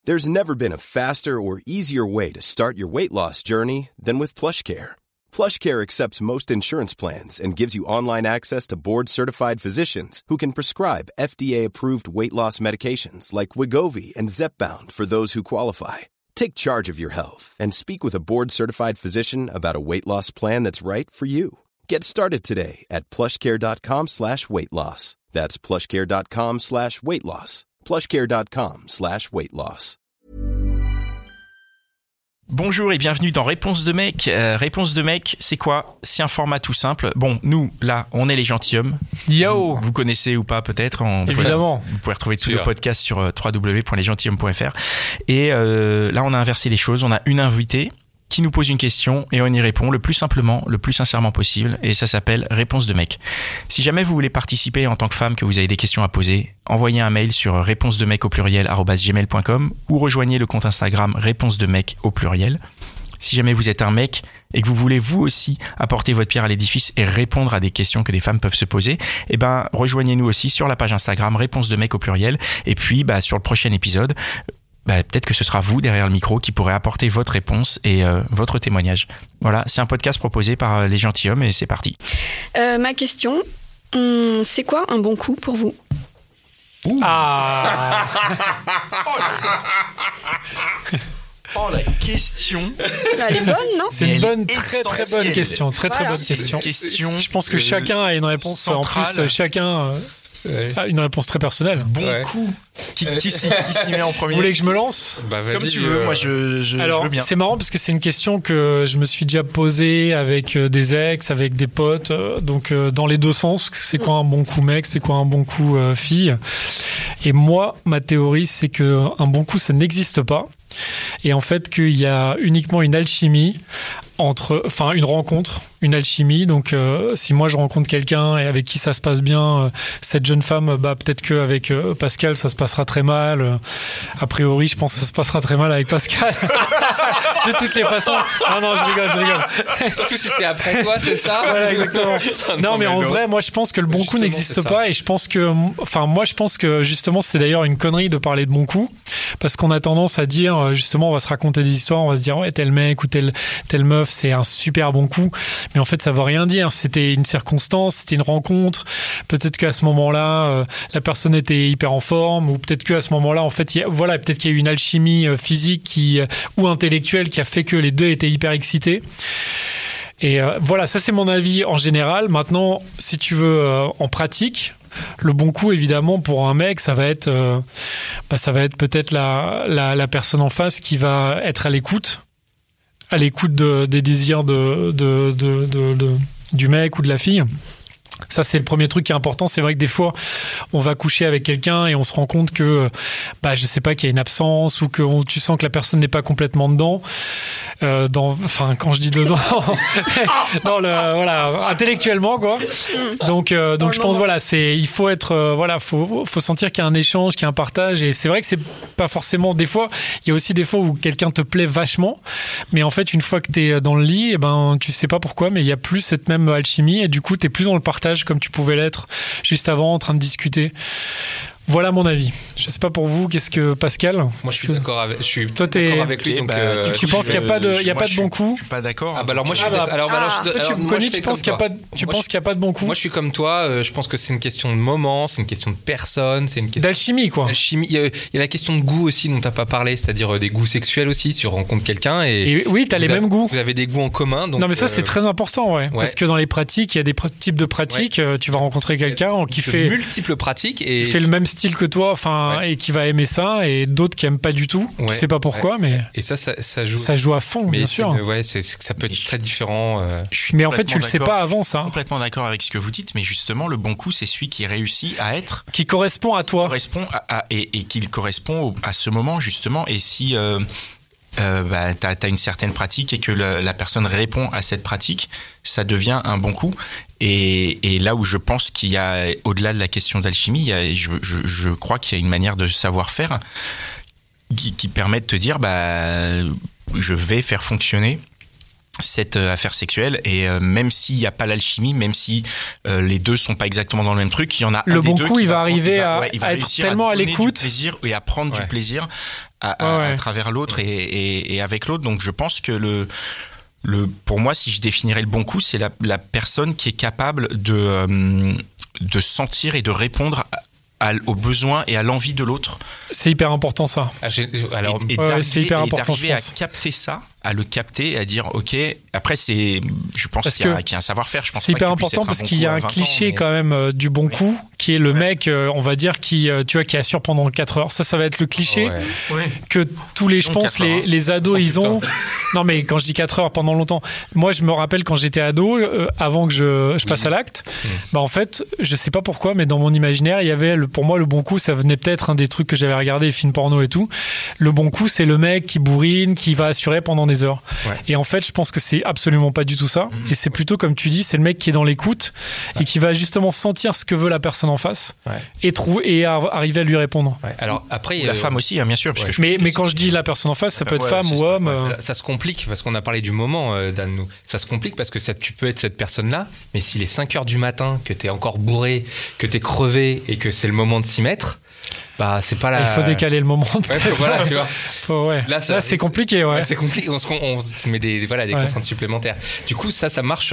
There's never been a faster or easier way to start your weight loss journey than with PlushCare. PlushCare accepts most insurance plans and gives you online access to board-certified physicians who can prescribe FDA-approved weight loss medications like Wegovy and Zepbound for those who qualify. Take charge of your health and speak with a board-certified physician about a weight loss plan that's right for you. Get started today at plushcare.com/weightloss. That's plushcare.com/weightloss. plushcare.com/weightloss. Bonjour et bienvenue dans Réponse de mec. Réponse de mec, c'est quoi ? C'est un format tout simple. Bon, nous, là, on est les gentilshommes. Yo ! Vous connaissez ou pas peut-être. Évidemment. Vous pouvez retrouver tous nos podcasts sur www.lesgentilhommes.fr. Et là, on a inversé les choses. On a une invitée qui nous pose une question et on y répond le plus simplement, le plus sincèrement possible. Et ça s'appelle Réponse de mec. Si jamais vous voulez participer en tant que femme, que vous avez des questions à poser, envoyez un mail sur réponsedemec@gmail.com ou rejoignez le compte Instagram Réponse de mec au pluriel. Si jamais vous êtes un mec et que vous voulez vous aussi apporter votre pierre à l'édifice et répondre à des questions que des femmes peuvent se poser, eh ben, rejoignez-nous aussi sur la page Instagram Réponse de mec au pluriel. Et puis, sur le prochain épisode, peut-être que ce sera vous derrière le micro qui pourrez apporter votre réponse et votre témoignage. Voilà, c'est un podcast proposé par les gentilshommes et c'est parti. Ma question, c'est quoi un bon coup pour vous ? Ah. Oh, la question. Elle est bonne, non ? C'est une bonne, très bonne question. Très bonne question. Je pense que chacun a une réponse. Centrale. En plus, chacun a une réponse très personnelle. Bon coup. Qui s'y met en premier ? Vous voulez que je me lance ? Comme tu veux, moi je veux bien. C'est marrant parce que c'est une question que je me suis déjà posée avec des ex, avec des potes, donc dans les deux sens. C'est quoi un bon coup mec ? C'est quoi un bon coup fille ? Et moi, ma théorie, c'est que un bon coup, ça n'existe pas. Et en fait, qu'il y a uniquement une alchimie une rencontre, une alchimie. Donc, si moi je rencontre quelqu'un et avec qui ça se passe bien, cette jeune femme, peut-être qu'avec Pascal, ça se passera très mal. A priori, je pense que ça se passera très mal avec Pascal. De toutes les façons. Non, je rigole. Surtout si c'est après toi, c'est ça ? Voilà, exactement. Non, mais en vrai, moi, je pense que le bon coup n'existe pas. Et je pense que, justement, c'est d'ailleurs une connerie de parler de bon coup. Parce qu'on a tendance à dire, justement, on va se raconter des histoires, on va se dire, ouais, tel mec ou telle meuf, c'est un super bon coup. Mais en fait, ça veut rien dire. C'était une circonstance, c'était une rencontre. Peut-être qu'à ce moment-là, la personne était hyper en forme, ou peut-être qu'à ce moment-là, en fait, peut-être qu'il y a eu une alchimie physique ou intellectuelle qui a fait que les deux étaient hyper excités. Et voilà, ça c'est mon avis en général. Maintenant, si tu veux, en pratique, le bon coup, évidemment, pour un mec, ça va être peut-être la personne en face qui va être à l'écoute des désirs du mec ou de la fille. Ça, c'est le premier truc qui est important. C'est vrai que des fois, on va coucher avec quelqu'un et on se rend compte que, je sais pas, qu'il y a une absence ou que tu sens que la personne n'est pas complètement dedans. Quand je dis dedans, intellectuellement, quoi. Donc je pense, il faut être, faut sentir qu'il y a un échange, qu'il y a un partage. Et c'est vrai que c'est pas forcément, des fois, il y a aussi des fois où quelqu'un te plaît vachement. Mais en fait, une fois que t'es dans le lit, tu sais pas pourquoi, mais il y a plus cette même alchimie et du coup, t'es plus dans le partage comme tu pouvais l'être juste avant en train de discuter. Voilà mon avis. Je sais pas pour vous, qu'est-ce que Pascal ? Moi je suis d'accord avec lui. Donc, tu penses qu'il n'y a pas de bon coup ? Je suis pas d'accord. Alors moi je suis tu me connais, tu penses qu'il n'y a pas de bon coup ? Moi je suis comme toi, je pense que c'est une question de moment, c'est une question de personne, c'est une question d'alchimie quoi. Il y a la question de goût aussi dont t'as pas parlé, c'est-à-dire des goûts sexuels aussi, si tu rencontres quelqu'un et oui, t'as les mêmes goûts. Vous avez des goûts en commun. Donc, non mais ça c'est très important, ouais. Parce que dans les pratiques, il y a des types de pratiques. Tu vas rencontrer quelqu'un qui fait multiples pratiques et fait le même style que toi, et qui va aimer ça, et d'autres qui aiment pas du tout. Tu sais pas pourquoi, mais et ça joue. Ça joue à fond, bien sûr. Ça peut être très différent. Mais en fait, tu le sais pas avant ça. Complètement d'accord avec ce que vous dites, mais justement, le bon coup, c'est celui qui réussit à être, qui correspond à toi, et qu'il correspond à ce moment justement. Et si t'as une certaine pratique et que la personne répond à cette pratique, ça devient un bon coup. Et là où je pense qu'il y a, au-delà de la question d'alchimie, je crois qu'il y a une manière de savoir faire qui permet de te dire, je vais faire fonctionner cette affaire sexuelle, et même s'il n'y a pas l'alchimie, même si les deux sont pas exactement dans le même truc, il y en a le un bon des deux coup, qui il va arriver à être tellement à l'écoute et à prendre du plaisir à travers l'autre et avec l'autre. Donc je pense que pour moi, si je définirais le bon coup, c'est la personne qui est capable de sentir et de répondre aux besoins et à l'envie de l'autre. C'est hyper important ça. Alors, c'est hyper important. D'arriver à capter ça, à le capter et à dire ok. Après je pense qu'il y a un savoir-faire. Je pense c'est hyper important parce qu'il y a un cliché quand même du bon coup qui est le mec, on va dire qui assure pendant 4 heures. Ça va être le cliché que tous les, je pense les ados ils ont. Non mais quand je dis 4 heures pendant longtemps, moi je me rappelle quand j'étais ado, avant que je passe à l'acte, en fait je sais pas pourquoi, mais dans mon imaginaire il y avait pour moi le bon coup, ça venait peut-être un des trucs que j'avais regardé, les films porno et tout. Le bon coup c'est le mec qui bourrine, qui va assurer pendant des heures. Et en fait je pense que c'est absolument pas du tout ça. Et c'est plutôt comme tu dis, c'est le mec qui est dans l'écoute et qui va justement sentir ce que veut la personne en face et arriver à lui répondre. Alors après la femme aussi, bien sûr. Parce que mais quand je dis la personne en face, ça peut être femme ou homme. Ça se complique parce qu'on a parlé du moment, Dan. Ça se complique parce que tu peux être cette personne-là, mais s'il est 5h du matin, que t'es encore bourré, que t'es crevé et que c'est le moment de s'y mettre, c'est pas là. Il faut décaler le moment. Voilà, tu vois. Là, c'est compliqué. C'est compliqué. On se met des contraintes supplémentaires. Du coup, ça marche.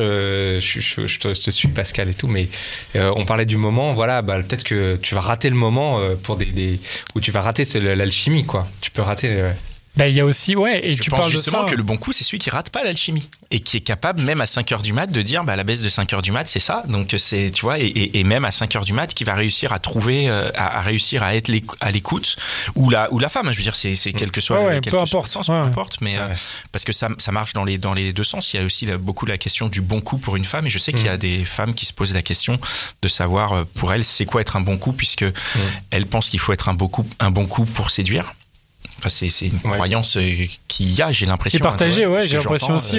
Je te suis, Pascal et tout, mais on parlait du moment. Voilà, peut-être que tu vas rater le moment pour où tu vas rater l'alchimie, quoi. Tu peux rater. Il y a aussi, et je tu pense parles justement de ça. Que le bon coup, c'est celui qui rate pas l'alchimie et qui est capable, même à 5h du mat, de dire, la baisse de 5h du mat, c'est ça. Donc, c'est, tu vois, et même à 5h du mat, qui va réussir à trouver, à réussir à être à l'écoute, ou la femme, je veux dire, c'est quel que soit peu importe, mais, parce que ça marche dans les deux sens. Il y a aussi beaucoup la question du bon coup pour une femme, et je sais qu'il y a des femmes qui se posent la question de savoir, pour elles, c'est quoi être un bon coup, puisque elles pensent qu'il faut être un bon coup pour séduire. Enfin, c'est une croyance qu'il y a, j'ai l'impression. C'est partagé, j'ai l'impression aussi,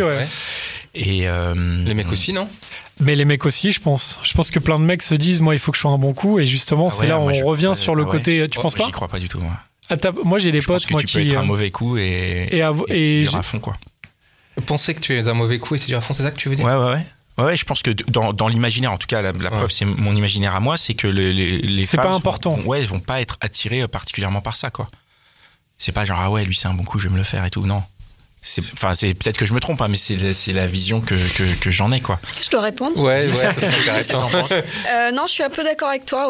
Et les mecs aussi, non ? Mais les mecs aussi, je pense. Je pense que plein de mecs se disent, moi, il faut que je sois un bon coup, et justement, c'est là où on revient sur le côté. Tu penses pas ? J'y crois pas du tout. Moi, j'ai des potes, je pense que tu peux être un mauvais coup et séduire à fond, quoi. Penser que tu es un mauvais coup et séduire à fond, c'est ça que tu veux dire ? Ouais, je pense que dans l'imaginaire, en tout cas, la preuve, c'est mon imaginaire à moi, c'est que les c'est femmes pas important. Vont pas être attirées particulièrement par ça, quoi. C'est pas genre lui c'est un bon coup, je vais me le faire et tout. Non, c'est peut-être que je me trompe, mais c'est la vision que j'en ai, quoi. Je dois répondre. Ouais, ça c'est intéressant. Non, je suis un peu d'accord avec toi,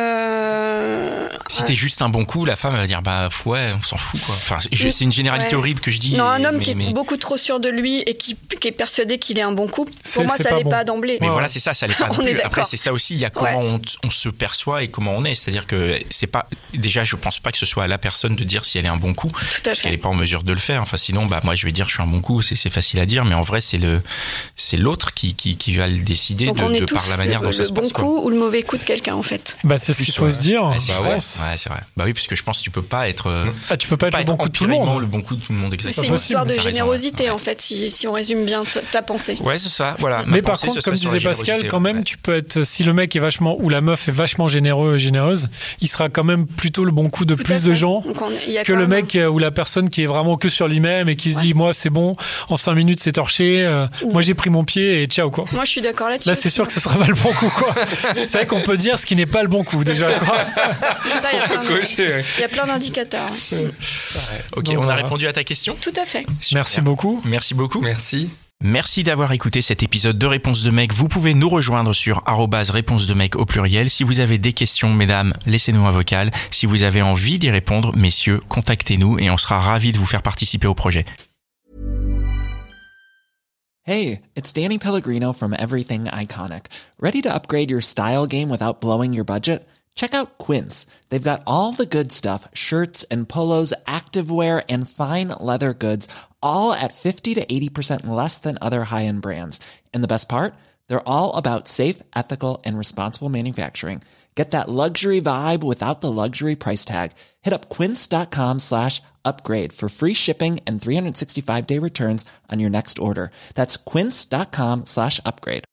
Si t'es juste un bon coup, la femme elle va dire on s'en fout, quoi. Enfin, c'est une généralité horrible que je dis. Non, un homme qui est beaucoup trop sûr de lui et qui est persuadé qu'il est un bon coup. Pour moi, ça l'est pas d'emblée. Mais voilà, c'est ça l'est pas. Après, c'est ça aussi. Il y a comment on se perçoit et comment on est. C'est-à-dire que c'est pas. Déjà, je pense pas que ce soit à la personne de dire si elle est un bon coup, parce qu'elle est pas en mesure de le faire. Enfin, sinon, moi, je vais dire je suis un bon coup. C'est facile à dire, mais en vrai, c'est l'autre qui va le décider de par la manière dont ça se passe. Le bon coup ou le mauvais coup de quelqu'un, en fait. C'est ce qu'il faut se dire. Je pense. Ouais, c'est vrai. Oui, puisque je pense que tu peux pas être. Tu peux pas être le bon coup de tout le monde. Le bon coup de tout le monde. C'est une histoire de générosité, en fait, si on résume bien ta pensée. Ouais, c'est ça. Voilà. Mais par contre, comme disait Pascal, quand même, tu peux être, si le mec est vachement, ou la meuf est vachement généreux et généreuse, il sera quand même plutôt le bon coup de plus de gens que le mec ou la personne qui est vraiment que sur lui-même et qui se dit, moi, c'est bon, en 5 minutes, c'est torché, moi, j'ai pris mon pied et ciao, quoi. Moi, je suis d'accord là-dessus. Là, c'est sûr que ce sera pas le bon coup, quoi. C'est vrai qu'on peut dire ce qui n'est pas le bon coup, déjà, quoi. Ça, il y a plein d'indicateurs. Ok, on a répondu à ta question ? Tout à fait. Merci beaucoup. Merci beaucoup. Merci. Merci d'avoir écouté cet épisode de Réponse de Mec. Vous pouvez nous rejoindre sur @réponse de mec au pluriel. Si vous avez des questions, mesdames, laissez-nous un vocal. Si vous avez envie d'y répondre, messieurs, contactez-nous et on sera ravis de vous faire participer au projet. Hey, it's Danny Pellegrino from Everything Iconic. Ready to upgrade your style game without blowing your budget? Check out Quince. They've got all the good stuff, shirts and polos, activewear, and fine leather goods, all at 50 to 80% less than other high-end brands. And the best part? They're all about safe, ethical, and responsible manufacturing. Get that luxury vibe without the luxury price tag. Hit up quince.com/upgrade for free shipping and 365-day returns on your next order. That's quince.com/upgrade.